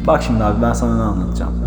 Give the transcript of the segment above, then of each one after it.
Bak şimdi abi ben sana ne anlatacağım.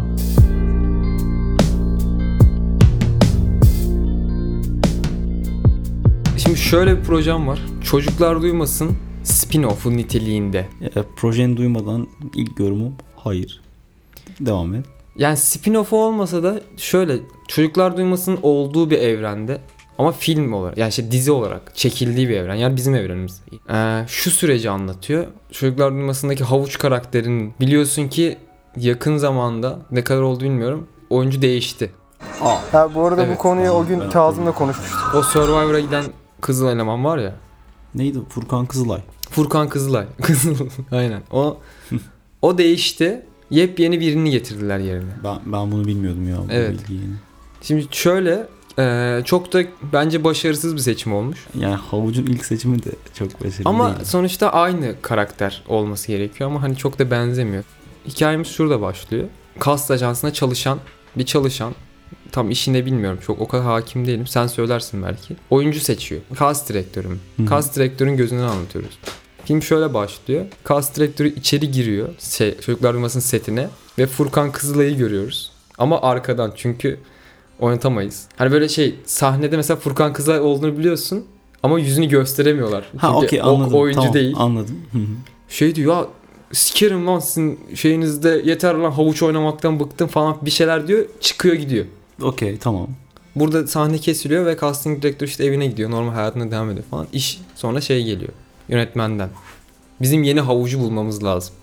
Şimdi şöyle bir projem var. Çocuklar Duymasın spin-off'u niteliğinde. Projeni duymadan ilk yorumum hayır. Devam et. Yani spin-off olmasa da şöyle Çocuklar Duymasın olduğu bir evrende ama film olarak yani dizi olarak çekildiği bir evren. Yani bizim evrenimiz. Şu süreci anlatıyor. Çocuklar Duymasın'daki Havuç karakterinin biliyorsun ki yakın zamanda ne kadar oldu bilmiyorum. Oyuncu değişti. Ha, bu arada Evet. bu konuyu o gün Kazım'la konuşmuştuk. O Survivor'a giden kızıl eleman var ya. Neydi? Furkan Kızılay. Furkan Kızılay. Aynen. O değişti. Yepyeni birini getirdiler yerine. Ben bunu bilmiyordum ya. Bu Evet. bilgiyi. Şimdi şöyle çok da bence başarısız bir seçim olmuş. Yani Havuç'un ilk seçimi de çok başarılı Ama değil. sonuçta aynı karakter olması gerekiyor ama hani çok da benzemiyor. Hikayemiz şurada başlıyor. Kast ajansına çalışan bir çalışan, tam işini bilmiyorum, çok o kadar hakim değilim, sen söylersin belki. Oyuncu seçiyor. Cast direktörüm. Cast direktörün gözünden anlatıyoruz. Film şöyle başlıyor. Cast direktörü içeri giriyor. Çocuklar Duymasın setine ve Furkan Kızılay'ı görüyoruz. Ama arkadan, çünkü oynatamayız. Hani böyle sahnede mesela Furkan Kızılay olduğunu biliyorsun ama yüzünü gösteremiyorlar. Ha Çünkü okey, anladım. oyuncu tamam, değil. Anladım. Diyor ya, sikerim lan sizin şeyinizde, yeter lan havuç oynamaktan bıktım falan bir şeyler diyor, çıkıyor gidiyor. Okey, tamam. Burada sahne kesiliyor ve casting direktör evine gidiyor, normal hayatına devam ediyor falan. İş sonra geliyor yönetmenden. Bizim yeni havucu bulmamız lazım.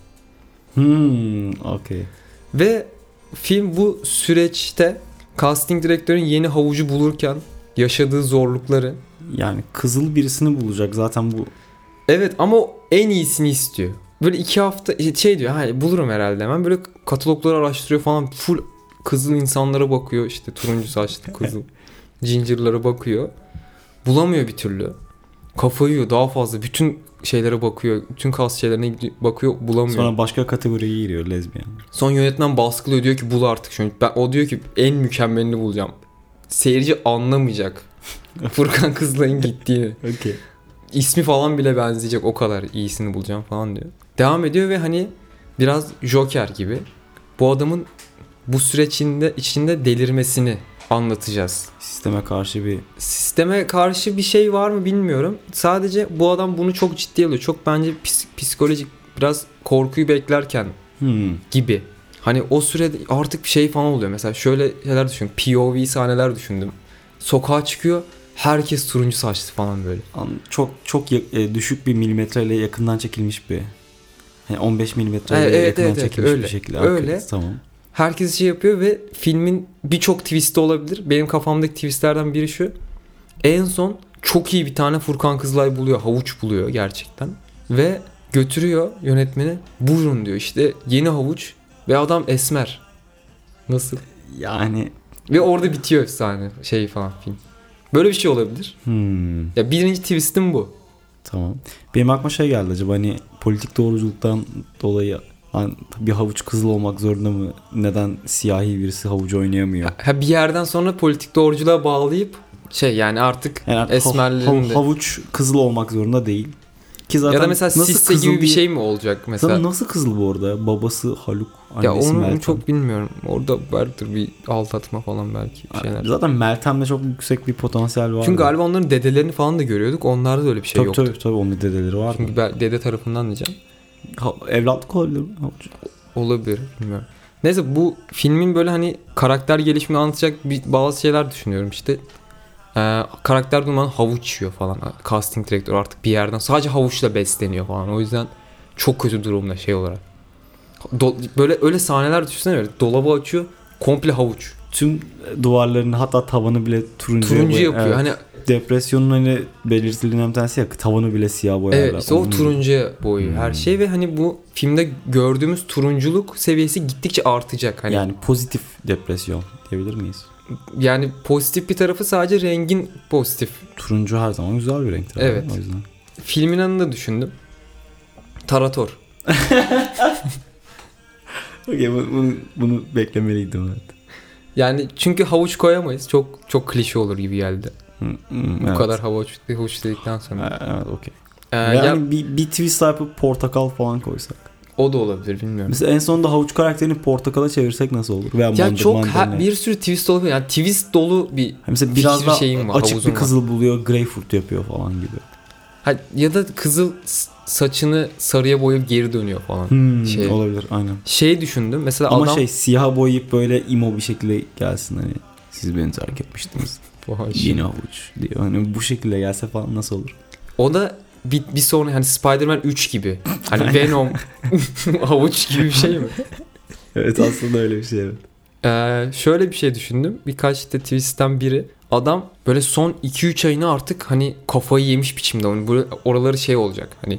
Okey. Ve film bu süreçte casting direktörün yeni havucu bulurken yaşadığı zorlukları. Yani kızıl birisini bulacak zaten bu. Evet ama o en iyisini istiyor. Böyle 2 hafta diyor, hani bulurum herhalde hemen, böyle katalogları araştırıyor falan, full kızıl insanlara bakıyor, işte turuncu saçlı kızıl ginger'lara bakıyor. Bulamıyor bir türlü. Kafayı yiyor, daha fazla bütün şeylere bakıyor. Bütün cast şeylerine bakıyor, bulamıyor. Sonra başka kategoriye giriyor, lezbiyen. Son yönetmen baskılıyor, diyor ki bul artık şunu. O diyor ki en mükemmelini bulacağım. Seyirci anlamayacak Furkan Kızılay'ın gittiğini. Okey. İsmi falan bile benzeyecek, o kadar iyisini bulacağım falan diyor. Devam ediyor ve hani biraz Joker gibi bu adamın bu süreç içinde delirmesini anlatacağız. Sisteme karşı bir şey var mı bilmiyorum. Sadece bu adam bunu çok ciddiye alıyor. Çok bence psikolojik, biraz korkuyu beklerken gibi. Hani o sürede artık bir şey falan oluyor. Mesela şöyle şeyler düşün. POV sahneler düşündüm. Sokağa çıkıyor. Herkes turuncu saçlı falan böyle. Çok düşük bir milimetreyle yakından çekilmiş bir. Yani 15 milimetreyle yakından çekilmiş öyle, bir şekilde. Öyle. Okay, tamam. Herkes yapıyor ve filmin birçok twist'i olabilir. Benim kafamdaki twistlerden biri şu. En son çok iyi bir tane Furkan Kızılay buluyor. Havuç buluyor gerçekten. Ve götürüyor yönetmeni. Buyurun diyor, işte yeni havuç ve adam esmer. Nasıl? Yani. Ve orada bitiyor efsane falan film. Böyle bir şey olabilir. Ya birinci twist'im bu. Tamam. Benim aklıma geldi, acaba hani politik doğruculuktan dolayı hani bir havuç kızıl olmak zorunda mı? Neden siyahi birisi havucu oynayamıyor? Bir yerden sonra politik doğruculuğa bağlayıp yani artık esmerlerin de. Havuç kızıl olmak zorunda değil. Ki zaten ya da mesela Sisse gibi bir şey mi olacak mesela? Zaten nasıl kızıl bu arada? Babası Haluk, annesi ya onu Meltem. çok bilmiyorum. Orada vardır bir aldatma falan belki şeyler. Zaten Meltem'de çok yüksek bir potansiyel var. Çünkü galiba onların dedelerini falan da görüyorduk. Onlarda da öyle bir şey yoktu. Tabii onun dedeleri var. Çünkü ben dede tarafından diyeceğim. Evlatlık olabilir mi havuç? Olabilir, bilmiyorum. Neyse, bu filmin böyle hani karakter gelişimini anlatacak bazı şeyler düşünüyorum işte. Karakter durmadan havuç yiyor falan. Casting direktör artık bir yerden sadece havuçla besleniyor falan. O yüzden çok kötü durumda olarak. Böyle öyle sahneler düşünsene, böyle dolabı açıyor, komple havuç. Tüm duvarlarını, hatta tavanı bile turuncu yapıyor. Evet. Hani depresyonun hani belirtilerinden bir tanesi ya, tavanı bile siyah boyarlar. Evet, işte o turuncuya boyuyor her şey ve hani bu filmde gördüğümüz turunculuk seviyesi gittikçe artacak. Hani yani pozitif depresyon diyebilir miyiz? Yani pozitif bir tarafı, sadece rengin pozitif. Turuncu her zaman güzel bir renktir. Evet. O yüzden. Filmin adını da düşündüm. Tarator. Okay, bunu beklemeliydim. Evet. Yani çünkü havuç koyamayız. Çok klişe olur gibi geldi. Bu kadar havuç dedikten sonra. Evet, okey. Yani bir twist yapıp portakal falan koysak. O da olabilir, bilmiyorum. Mesela en sonunda havuç karakterini portakala çevirsek nasıl olur? Veya Ya çok mandalina. bir sürü twist olabilir. Yani twist dolu bir Mesela biraz fikir daha şeyim var, açık havuzum bir var. kızıl buluyor, greyfurt yapıyor falan gibi. Ya da kızıl saçını sarıya boyayıp geri dönüyor falan. Olabilir aynen. Şey düşündüm. Mesela Ama adam siyaha boyayıp böyle emo bir şekilde gelsin hani. Siz beni terk etmiştiniz. Yeni havuç diyor. Hani bu şekilde gelse falan nasıl olur? O da bir sonra hani Spider-Man 3 gibi. Hani Venom havuç gibi bir şey mi? Evet aslında öyle bir şey evet. Şöyle bir şey düşündüm. Birkaç işte twist'ten biri. Adam böyle son 2-3 ayını artık hani kafayı yemiş biçimde. Hani böyle oraları şey olacak. Hani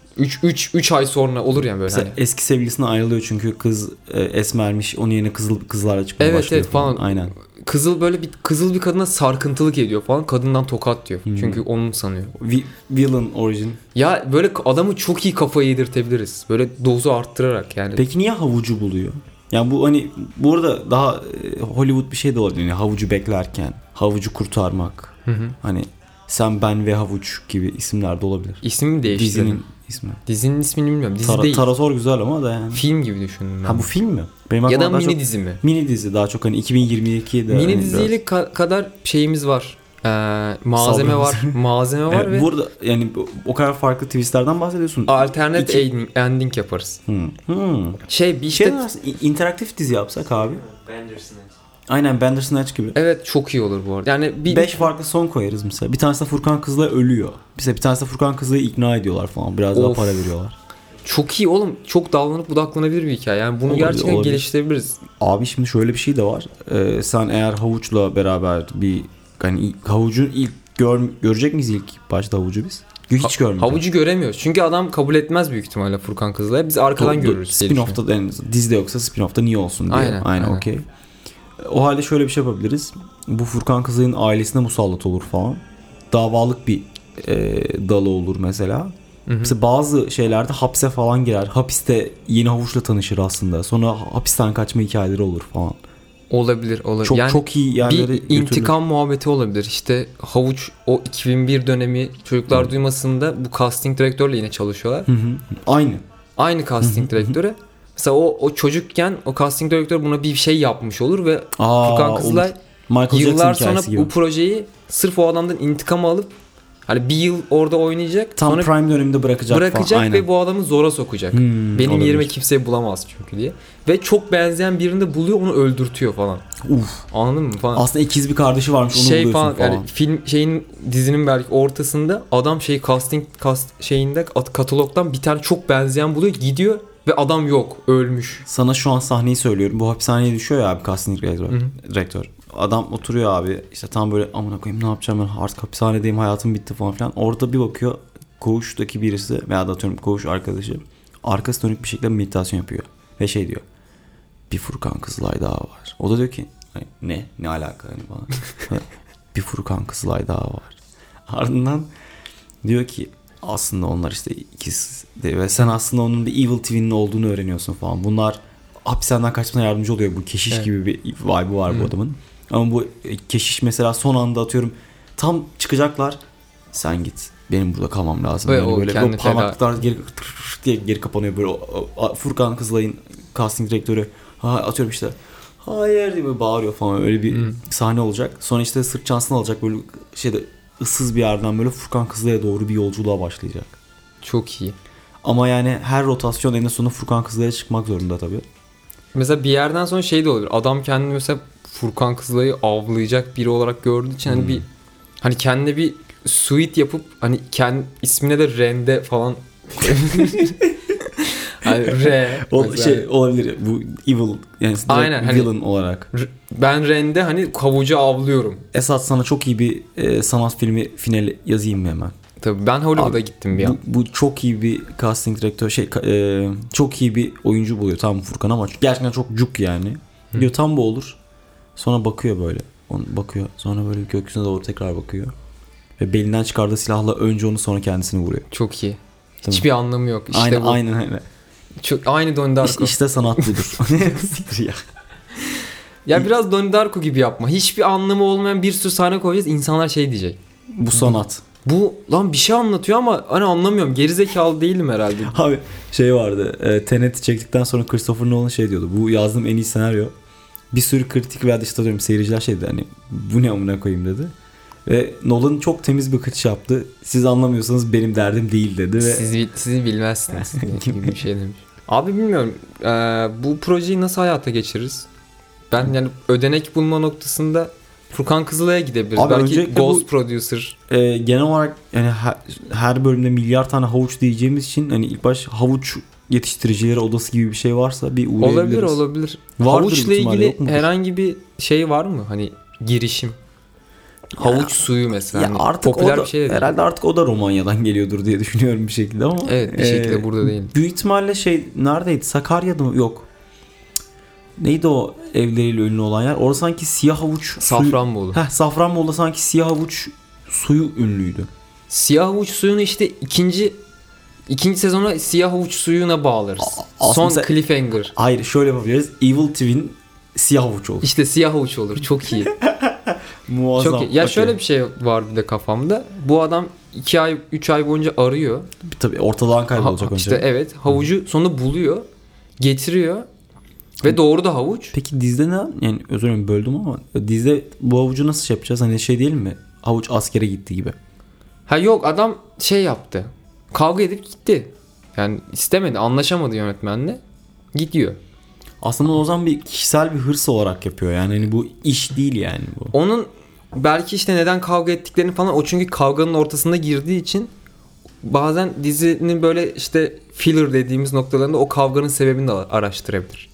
3 ay sonra olur yani böyle. Mesela hani. eski sevgilisine ayrılıyor çünkü kız esmermiş. Onun yerine kızlarla çıkmaya Evet, başlıyor evet, falan. Aynen. Kızıl bir kadına sarkıntılık ediyor falan. Kadından tokat diyor. Hmm. Çünkü onun sanıyor. Villain origin. Ya böyle adamı çok iyi kafayı yedirtebiliriz. Böyle dozu arttırarak yani. Peki niye havucu buluyor? Yani bu hani bu arada daha Hollywood bir şey de olabilir. Yani havucu beklerken, havucu kurtarmak. Hı hı. Hani Sen, Ben ve Havuç gibi isimler de olabilir. İsmini değiştirelim. Dizinin ismi. Dizinin ismini bilmiyorum. Dizi değil. Tarator güzel ama da yani. Film gibi düşündüm ben. Ha bu film mi? Benim ya da aklıma daha mini çok dizi mi? mini dizi daha çok hani 2022'de. Mini hani diziyle kadar şeyimiz var. Malzeme var. Malzeme var evet, ve burada yani o kadar farklı twistlerden bahsediyorsun. alternate ending yaparız. Bir işte interaktif dizi yapsak abi. Aynen Bandersnatch gibi. evet, çok iyi olur bu arada. Yani 5 farklı son koyarız mesela. Bir tanesi de Furkan Kızılay ölüyor. Mesela bir tanesi de Furkan Kızılay'ı ikna ediyorlar falan. Biraz daha para veriyorlar. Çok iyi oğlum. Çok dallanıp budaklanabilir bir hikaye. Yani bunu gerçekten geliştirebiliriz. Abi şimdi şöyle bir şey de var. Sen eğer havuçla beraber bir hani havucu ilk görecek miyiz ilk başta havucu biz? Hiç görmüyoruz. Havucu göremiyoruz. Çünkü adam kabul etmez büyük ihtimalle Furkan Kızılay'ı. Biz arkadan görürüz. Spin-off'ta yani dizide yoksa spin-off'ta niye olsun diye. Aynen. Okey. O halde şöyle bir şey yapabiliriz. Bu Furkan Kızılay'ın ailesine musallat olur falan. Davalık bir dalı olur mesela. Hı-hı. Mesela bazı şeylerde hapse falan girer. Hapiste yeni havuçla tanışır aslında. Sonra hapisten kaçma hikayeleri olur falan. Olabilir. Çok yani çok iyi yerlere bir götürülür. intikam muhabbeti olabilir. İşte havuç o 2001 dönemi çocuklar duymasında bu casting direktörle yine çalışıyorlar. Hı. Aynı casting direktörü. Mesela o çocukken o casting direktör buna bir şey yapmış olur ve Furkan Kızılay yıllar sonra bu projeyi sırf o adamdan intikam alıp hani bir yıl orada oynayacak. Tam sonra prime döneminde bırakacak ve bu adamı zora sokacak. Benim olabilir. Yerime kimseyi bulamaz çünkü diye. Ve çok benzeyen birini de buluyor, onu öldürtüyor falan. Anladın mı falan. Aslında ikiz bir kardeşi varmış, onu buluyorsun falan. Yani dizinin belki ortasında adam casting şeyinde katalogdan bir tane çok benzeyen buluyor, gidiyor ve adam yok, ölmüş. Sana şu an sahneyi söylüyorum. Bu hapishaneye düşüyor ya abi casting direktör. Adam oturuyor abi işte tam böyle amına koyayım ne yapacağım ben artık hapishanedeyim, hayatım bitti falan filan. Orada bir bakıyor koğuştaki birisi veya da atıyorum koğuş arkadaşı arkası dönük bir şekilde meditasyon yapıyor. Ve şey diyor, bir Furkan Kızılay daha var. O da diyor ki ne alaka hani falan. Bir Furkan Kızılay daha var. Ardından diyor ki aslında onlar işte ikiz ve sen aslında onun bir evil twin'in olduğunu öğreniyorsun falan. Bunlar hapishaneden kaçmasına yardımcı oluyor. Bu keşiş gibi bir vibe'ı var bu adamın. Ama bu keşiş mesela son anda atıyorum tam çıkacaklar. Sen git. Benim burada kalmam lazım. Ve yani böyle parmaklıklar geri kapanıyor böyle. Furkan Kızılay'ın casting direktörü atıyorum işte hayır diye böyle bağırıyor falan. Öyle bir sahne olacak. Sonra işte sırt çantasını alacak böyle ıssız bir yerden böyle Furkan Kızılay'a doğru bir yolculuğa başlayacak. Çok iyi. Ama yani her rotasyon eninde sonunda Furkan Kızılay'a çıkmak zorunda tabii. Mesela bir yerden sonra şey de olabilir. Adam kendini mesela Furkan Kızılay'ı avlayacak biri olarak gördüğü için hani kendine bir suite yapıp hani kendi ismine de Rende falan hani olabilir. Bu evil yani villain olarak. Ben Rende hani havucu avlıyorum. Esat sana çok iyi bir sanat filmi finali yazayım mı hemen? Tabii ben Hollywood'a gittim bir an. Bu çok iyi bir casting direktör çok iyi bir oyuncu buluyor tam Furkan ama gerçekten çok cuk yani. Diyor tam bu olur. Sonra bakıyor böyle. Bakıyor. Sonra böyle gökyüzüne doğru tekrar bakıyor. Ve belinden çıkardığı silahla önce onu sonra kendisini vuruyor. Çok iyi. Hiçbir anlamı yok. İşte aynen. Aynı Donnie Darko. İşte sanat budur. Ya biraz Donnie Darko gibi yapma. Hiçbir anlamı olmayan bir sürü sahne koyacağız. İnsanlar şey diyecek. Bu sanat. Bu lan bir şey anlatıyor ama hani anlamıyorum. Gerizekalı değilim herhalde. Abi şey vardı. Tenet'i çektikten sonra Christopher Nolan şey diyordu. Bu yazdığım en iyi senaryo. Bir sürü kritik veya işte diyorum seyirciler şey dedi hani bu ne amına koyayım dedi. Ve Nolan çok temiz bir kaçış yaptı. Siz anlamıyorsanız benim derdim değil dedi ve Sizi bilmezsiniz gibi bir şey demiş. Abi bilmiyorum. Bu projeyi nasıl hayata geçiririz? Ben yani ödenek bulma noktasında Furkan Kızılay'a gidebiliriz. Abi Belki Ghost Producer. Genel olarak yani her bölümde milyar tane havuç diyeceğimiz için hani ilk baş havuç yetiştiricileri odası gibi bir şey varsa bir uğrayabiliriz. Olabilir. Vardır Havuçla ihtimalle, ilgili herhangi bir şey var mı? Hani girişim. Havuç suyu mesela. Ya hani artık popüler o da, bir şey de değil. herhalde artık o da Romanya'dan geliyordur diye düşünüyorum bir şekilde ama. Evet bir şekilde burada değil. Büyük ihtimalle şey neredeydi? Sakarya'da mı? Yok. Neydi o evleriyle ünlü olan yer? Orada sanki siyah havuç Safranbolu. suyu. Safranbolu'da sanki siyah havuç suyu ünlüydü. Siyah havuç suyunu işte ikinci sezona siyah havuç suyuna bağlarız. Son mesela, cliffhanger. Hayır şöyle yapabiliriz. Evil Twin siyah havuç olur. İşte siyah havuç olur. Çok iyi. Muazzam. Çok iyi. Ya şöyle bir şey var bir de kafamda. Bu adam 2 ay 3 ay boyunca arıyor. Tabii ortadan kaybolacak önce. İşte evet havucu sonra buluyor. Getiriyor. Ve doğru da havuç. Peki dizide ne? Yani özür dilerim böldüm ama dizide bu havucu nasıl şey yapacağız? Hani şey değil mi? Havuç askere gitti gibi. Ha yok adam şey yaptı. Kavga edip gitti. Yani istemedi, anlaşamadı yönetmenle. Gidiyor. Aslında o zaman bir kişisel bir hırs olarak yapıyor. Yani hani bu iş değil yani bu. Onun belki işte neden kavga ettiklerini falan o çünkü kavganın ortasında girdiği için bazen dizinin böyle işte filler dediğimiz noktalarında o kavganın sebebini de araştırabilir.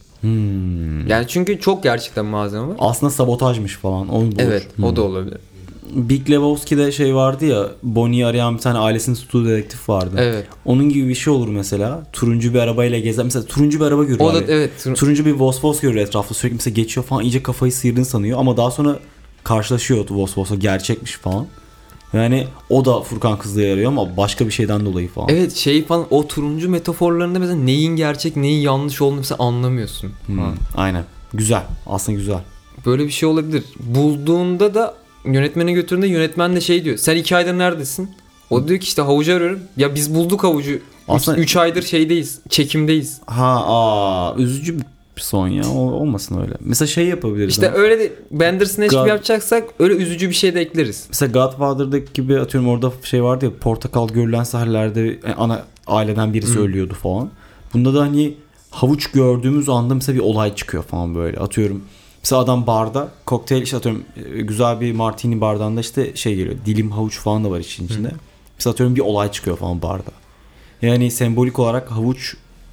Yani çünkü çok gerçekten malzeme var. Aslında sabotajmış falan. Onu bulur. Evet o da olabilir. Big Lebowski'de şey vardı ya, Bonnie'yi arayan bir tane ailesini tuttuğu dedektif vardı. Evet. Onun gibi bir şey olur mesela. Turuncu bir arabayla gezer. Mesela turuncu bir araba görüyor O da abi. evet. Turuncu bir Vosvos görüyor etrafta. Sürekli mesela geçiyor falan. İyice kafayı sıyırdığını sanıyor. Ama daha sonra karşılaşıyor Vosvos'la. Gerçekmiş falan. Yani o da Furkan Kızılay'a arıyor ama başka bir şeyden dolayı falan. Evet şey falan o turuncu metaforlarında mesela neyin gerçek neyin yanlış olduğunu mesela anlamıyorsun. Aynen. Güzel. Aslında güzel. Böyle bir şey olabilir. Bulduğunda da yönetmene götürdüğünde yönetmen de şey diyor. Sen 2 aydır neredesin? O diyor ki işte havucu arıyorum. Ya biz bulduk havucu. Aslında 3 aydır şeydeyiz. Çekimdeyiz. Üzücü bir son ya. Olmasın öyle. Mesela şey yapabiliriz. İşte öyle de Bandersnatch gibi yapacaksak öyle üzücü bir şey de ekleriz. Mesela Godfather'daki gibi atıyorum orada şey vardı ya, portakal görülen sahnelerde ana aileden birisi ölüyordu falan. Bunda da hani havuç gördüğümüz anda mesela bir olay çıkıyor falan böyle. Atıyorum mesela adam barda kokteyl işte atıyorum güzel bir martini bardağında işte şey geliyor. Dilim havuç falan da var işin içinde. Mesela atıyorum bir olay çıkıyor falan barda. Yani sembolik olarak havuç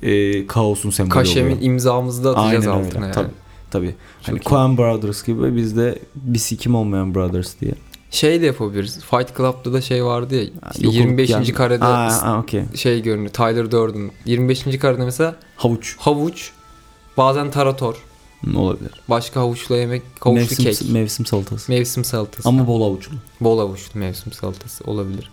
kaosun sembolü Kaşemin oluyor. imzamızı da atacağız aynen altına öyle. yani. Tabii. Hani Coen Brothers gibi bizde bir sikim olmayan Brothers diye. Şey de yapabiliriz. Fight Club'da da şey vardı ya. İşte Yok, 25. yani. karede Okay. şey görünüyor. Tyler Durden. 25. karede mesela havuç. Bazen tarator. Olabilir. Başka havuçlu yemek. Havuçlu kek. Mevsim salatası. Mevsim salatası. Ama bol havuçlu. Bol havuçlu mevsim salatası olabilir.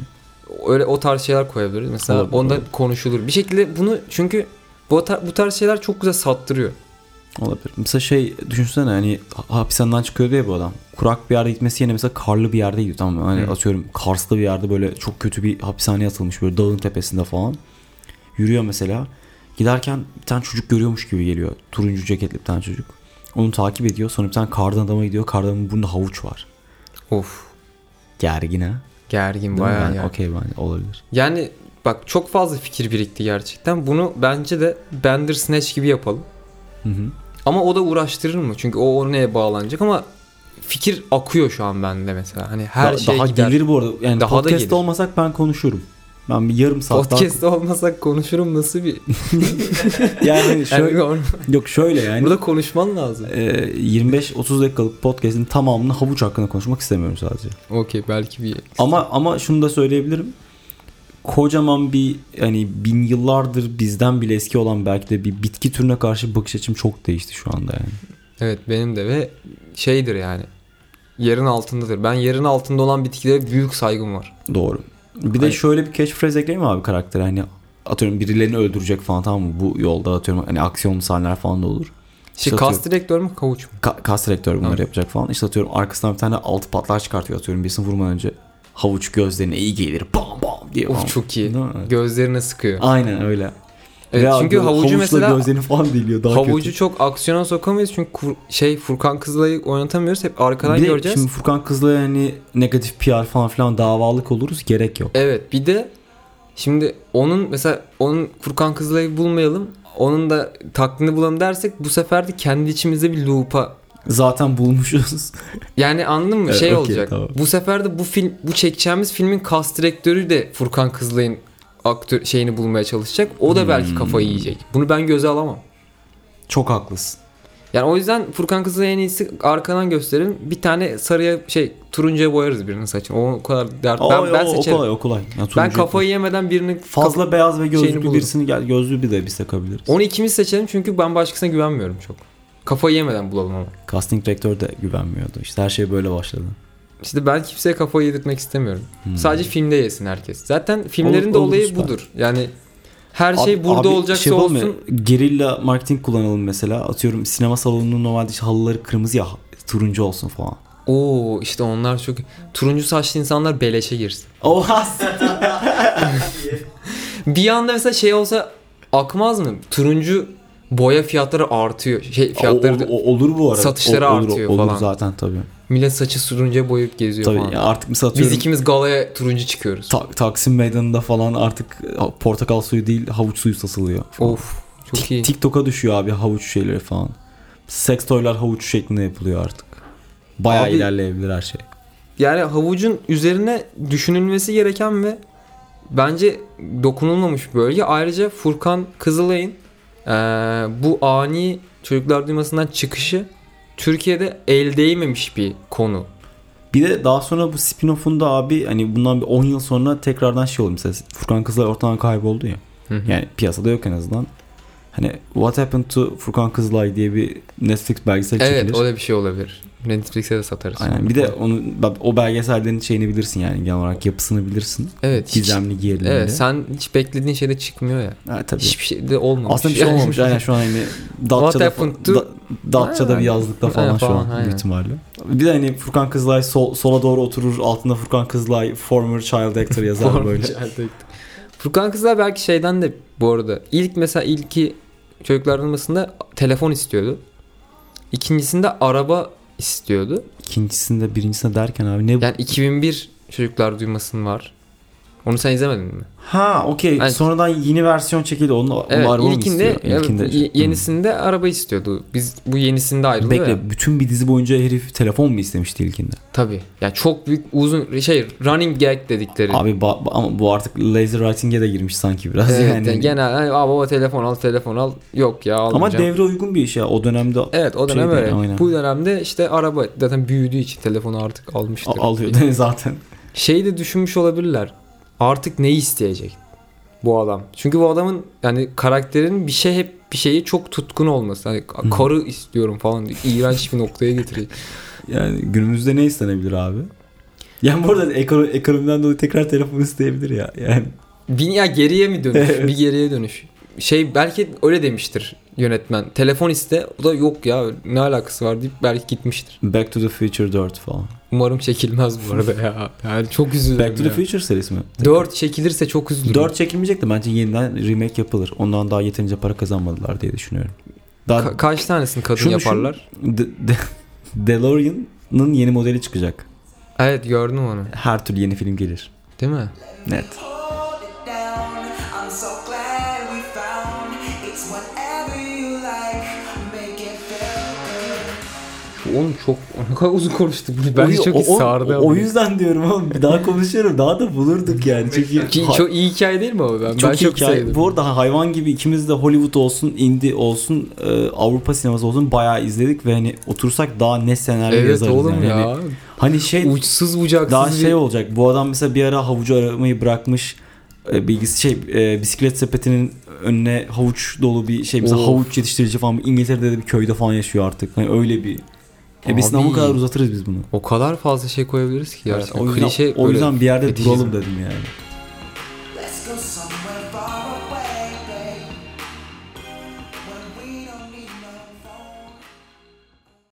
Öyle o tarz şeyler koyabiliriz. Mesela olabilir, onda konuşulur. Bir şekilde bunu çünkü bu tarz şeyler çok güzel sattırıyor. Olabilir. Mesela şey düşünsene hani hapishaneden çıkıyor diye bu adam. Kurak bir yerde gitmesi yerine mesela karlı bir yerde gidiyor. Tamam mı? Hani atıyorum Kars'ta bir yerde böyle çok kötü bir hapishaneye atılmış böyle dağın tepesinde falan. Yürüyor mesela. Giderken bir tane çocuk görüyormuş gibi geliyor. Turuncu ceketli bir tane çocuk. Onu takip ediyor. Sonra bir tane kardan adama gidiyor. Kardanın burnunda havuç var. Of. Gergin ha. Gergin bayağı yani. Okey bence olabilir. Yani bak çok fazla fikir birikti gerçekten. Bunu bence de Bandersnatch gibi yapalım. Ama o da uğraştırır mı? Çünkü o oraya bağlanacak ama fikir akıyor şu an bende mesela. Hani her şey daha gider. gelir bu arada. Yani daha podcast'te olmasak ben konuşurum. Ben bir yarım saat podcast'te olmasak konuşurum nasıl bir yani şöyle yok şöyle yani. Burada konuşman lazım. 25-30 dakikalık podcast'in tamamını havuç hakkında konuşmak istemiyorum sadece. Okey belki bir ama şunu da söyleyebilirim. Kocaman bir hani bin yıllardır bizden bile eski olan belki de bir bitki türüne karşı bakış açım çok değişti şu anda yani. Evet benim de ve şeydir yani yerin altındadır. Ben yerin altında olan bitkilere büyük saygım var. Doğru. Bir de şöyle bir catchphrase ekleyeyim mi abi karaktere? Hani atıyorum birilerini öldürecek falan tamam mı? Bu yolda atıyorum hani aksiyonlu sahneler falan da olur. İşte kas direktör mü havuç mu? Kas direktör bunları yapacak falan. İşte atıyorum arkasından bir tane altı patlar çıkartıyor atıyorum birisini vurmadan önce. havuç gözlerine iyi gelir. Bam bam diye. Of çok iyi. Değil mi? Gözlerine sıkıyor. Aynen öyle. Evet, Veya çünkü havucu havuçla mesela gözlerini falan deliyor. Daha havucu kötü. çok aksiyona sokamayız çünkü Furkan Kızılay'ı oynatamıyoruz. Hep arkadan Bir de göreceğiz. şimdi Furkan Kızılay'a hani negatif PR falan filan davalık oluruz. Gerek yok. Evet, bir de şimdi onun Furkan Kızılay'ı bulmayalım. Onun da taklidini bulalım dersek bu sefer de kendi içimizde bir loop'a, Zaten bulmuşuz. yani anladın mı? Evet, Şey okey, olacak. tamam. Bu sefer de bu çekeceğimiz filmin cast direktörü de Furkan Kızılay'ın aktör şeyini bulmaya çalışacak. O da belki kafayı yiyecek. Bunu ben göze alamam. Çok haklısın. Yani o yüzden Furkan Kızılay'ı en iyisi arkadan gösterin. Bir tane sarıya turuncuya boyarız birinin saçını. O kadar dert. Ben seçerim. O kolay. Ya, Ben kafayı yemeden birini fazla beyaz ve şeyini gözlü bulurum. birisini gözlü bir de biz takabiliriz. Onu ikimiz seçelim çünkü ben başkasına güvenmiyorum çok. Kafayı yemeden bulalım ama. Casting direktör de güvenmiyordu. İşte her şey böyle başladı. İşte ben kimseye kafayı yedirtmek istemiyorum. Sadece filmde yesin herkes. Zaten filmlerin de Olur, olayı süper. budur. Yani her şey burada olacaksa şey olsun. olmuyor. Gerilla marketing kullanalım mesela. Atıyorum sinema salonunun normalde işte halıları kırmızı ya turuncu olsun falan. Oo işte onlar çok... Turuncu saçlı insanlar beleşe girsin. Oha. Bir anda mesela şey olsa akmaz mı? Turuncu boya fiyatları artıyor. Fiyatları olur bu arada. satışları artıyor olur falan. zaten tabii. Millet saçı turuncuya boyayıp geziyor Tabii falan. ya artık mesela Biz atıyorum ikimiz galaya turuncu çıkıyoruz. Taksim Meydanı'nda falan artık portakal suyu değil havuç suyu satılıyor. Falan. Of çok iyi. TikTok'a düşüyor abi havuç şeyleri falan. Seks toylar havuç şeklinde yapılıyor artık. Bayağı Abi, ilerleyebilir her şey. Yani havucun üzerine düşünülmesi gereken ve bence dokunulmamış bölge. Ayrıca Furkan Kızılay'ın bu ani çocuklar duymasından çıkışı Türkiye'de el değmemiş bir konu. Bir de daha sonra bu spin-off'unda abi hani bundan bir 10 yıl sonra tekrardan şey oldu mesela Furkan Kızılay ortadan kayboldu ya. Hı-hı. Yani piyasada yok en azından. Hani What Happened to Furkan Kızılay diye bir Netflix belgesel çekilir. Evet o da bir şey olabilir. Netflix'e de satarız. Aynen. Bir de o belgesellerin şeyini bilirsin yani genel olarak yapısını bilirsin. Evet. Gizemli gerilimli. Evet sen hiç beklediğin şeyde çıkmıyor ya. Ha, tabii. Hiçbir şey de olmamış. Aslında bir şey olmamış. Aynen şu an hani Datça'da, happened to- Datça'da bir yazlıkta falan, Aynen şu falan, an aynen. büyük ihtimalle. Bir de hani Furkan Kızılay sola doğru oturur. Altında Furkan Kızılay former child actor yazar böyle. Furkan Kızılay belki şeyden de bu arada ilki çocuklar duymasında telefon istiyordu. İkincisinde araba istiyordu. İkincisinde birincisinde derken abi ne? Yani 2001 çocuklar duymasın var. Onu sen izlemedin mi? Ha okey. Yani- Sonradan yeni versiyon çekildi. Onu Evet araba mı ilkinde, istiyor? yenisinde araba istiyordu. Biz bu yenisinde ayrılıyor Bekle ya. bütün bir dizi boyunca herif telefon mu istemişti ilkinde? Tabii. Yani çok büyük uzun running gag dedikleri. Abi ama bu artık lazy writing'e de girmiş sanki biraz evet, yani. genel hani, baba telefon al. Yok ya Ama almayacağım. devre uygun bir iş ya o dönemde. Evet o dönem şeydi, öyle. aynen. Bu dönemde işte araba zaten büyüdüğü için telefonu artık almıştır. Alıyor zaten. Şeyi de düşünmüş olabilirler. Artık ne isteyecek bu adam? Çünkü bu adamın yani karakterin hep bir şeyi çok tutkun olması. Hani karı istiyorum falan diye. İğrenç bir noktaya getiriyor. Yani günümüzde ne istenebilir abi? Yani bu arada ekonomiden dolayı tekrar telefon isteyebilir ya. Yani Ya geriye mi dönüş? Bir geriye dönüş. Belki öyle demiştir yönetmen. Telefon iste. O da yok ya ne alakası var deyip belki gitmiştir. Back to the Future 4 falan. Umarım çekilmez bu arada ya. Yani çok üzülürüm Back to the ya. Future serisi mi? 4 çekilirse çok üzülürüm. 4 çekilmeyecek de bence yeniden remake yapılır. Ondan daha yeterince para kazanmadılar diye düşünüyorum. Daha Kaç tanesini kadın yaparlar? DeLorean'ın yeni modeli çıkacak. Evet gördüm onu. Her türlü yeni film gelir. Değil mi? Net. I'm so glad we found it's whatever you like, make it feel good. Oğlum çok ne kadar uzun konuştuk. Bence çok iyi sardı. O yüzden diyorum oğlum. Daha konuşuyorum. Daha da bulurduk yani. Çünkü Çok iyi hikaye değil mi o? Ben çok iyi çok hikaye. sevdim. Bu arada hayvan gibi ikimiz de Hollywood olsun, indie olsun, Avrupa sineması olsun bayağı izledik ve hani otursak daha ne senaryo Evet yazarız oğlum yani. ya. Hani şey Uçsuz bucaksız daha bir... şey olacak. Bu adam mesela bir ara havucu aramayı bırakmış. Bisiklet sepetinin önüne havuç dolu bir şey mesela Of. havuç yetiştirici falan İngiltere'de de bir köyde falan yaşıyor artık. Hani öyle bir biz Abi. ne kadar uzatırız biz bunu. O kadar fazla şey koyabiliriz ki Evet, gerçekten. o yüzden, Klişe o yüzden bir yerde fetişizm. duralım dedim yani.